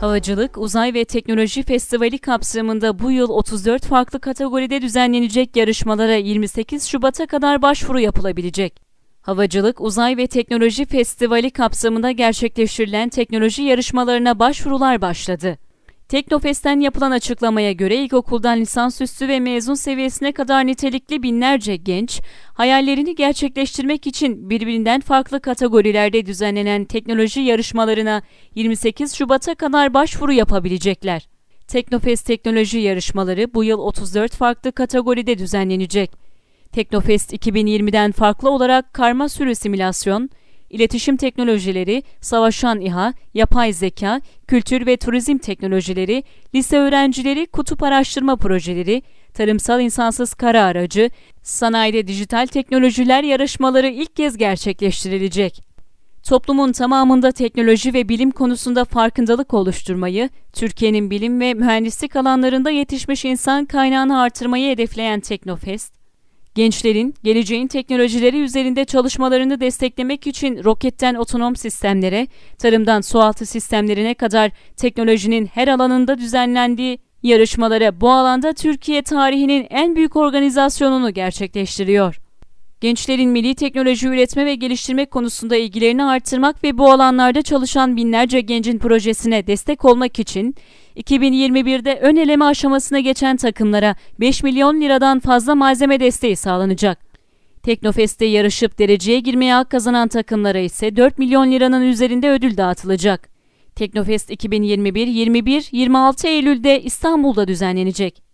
Havacılık, Uzay ve Teknoloji Festivali kapsamında bu yıl 34 farklı kategoride düzenlenecek yarışmalara 28 Şubat'a kadar başvuru yapılabilecek. Havacılık, Uzay ve Teknoloji Festivali kapsamında gerçekleştirilen teknoloji yarışmalarına başvurular başladı. Teknofest'ten yapılan açıklamaya göre ilkokuldan lisansüstü ve mezun seviyesine kadar nitelikli binlerce genç, hayallerini gerçekleştirmek için birbirinden farklı kategorilerde düzenlenen teknoloji yarışmalarına 28 Şubat'a kadar başvuru yapabilecekler. Teknofest teknoloji yarışmaları bu yıl 34 farklı kategoride düzenlenecek. Teknofest 2020'den farklı olarak karma sürü simülasyon, İletişim teknolojileri, savaşan İHA, yapay zeka, kültür ve turizm teknolojileri, lise öğrencileri, kutup araştırma projeleri, tarımsal insansız kara aracı, sanayide dijital teknolojiler yarışmaları ilk kez gerçekleştirilecek. Toplumun tamamında teknoloji ve bilim konusunda farkındalık oluşturmayı, Türkiye'nin bilim ve mühendislik alanlarında yetişmiş insan kaynağını artırmayı hedefleyen Teknofest, gençlerin geleceğin teknolojileri üzerinde çalışmalarını desteklemek için roketten otonom sistemlere, tarımdan sualtı sistemlerine kadar teknolojinin her alanında düzenlendiği yarışmalara bu alanda Türkiye tarihinin en büyük organizasyonunu gerçekleştiriyor. Gençlerin milli teknoloji üretme ve geliştirme konusunda ilgilerini artırmak ve bu alanlarda çalışan binlerce gencin projesine destek olmak için 2021'de ön eleme aşamasına geçen takımlara 5 milyon liradan fazla malzeme desteği sağlanacak. Teknofest'te yarışıp dereceye girmeye hak kazanan takımlara ise 4 milyon liranın üzerinde ödül dağıtılacak. Teknofest 2021 21-26 Eylül'de İstanbul'da düzenlenecek.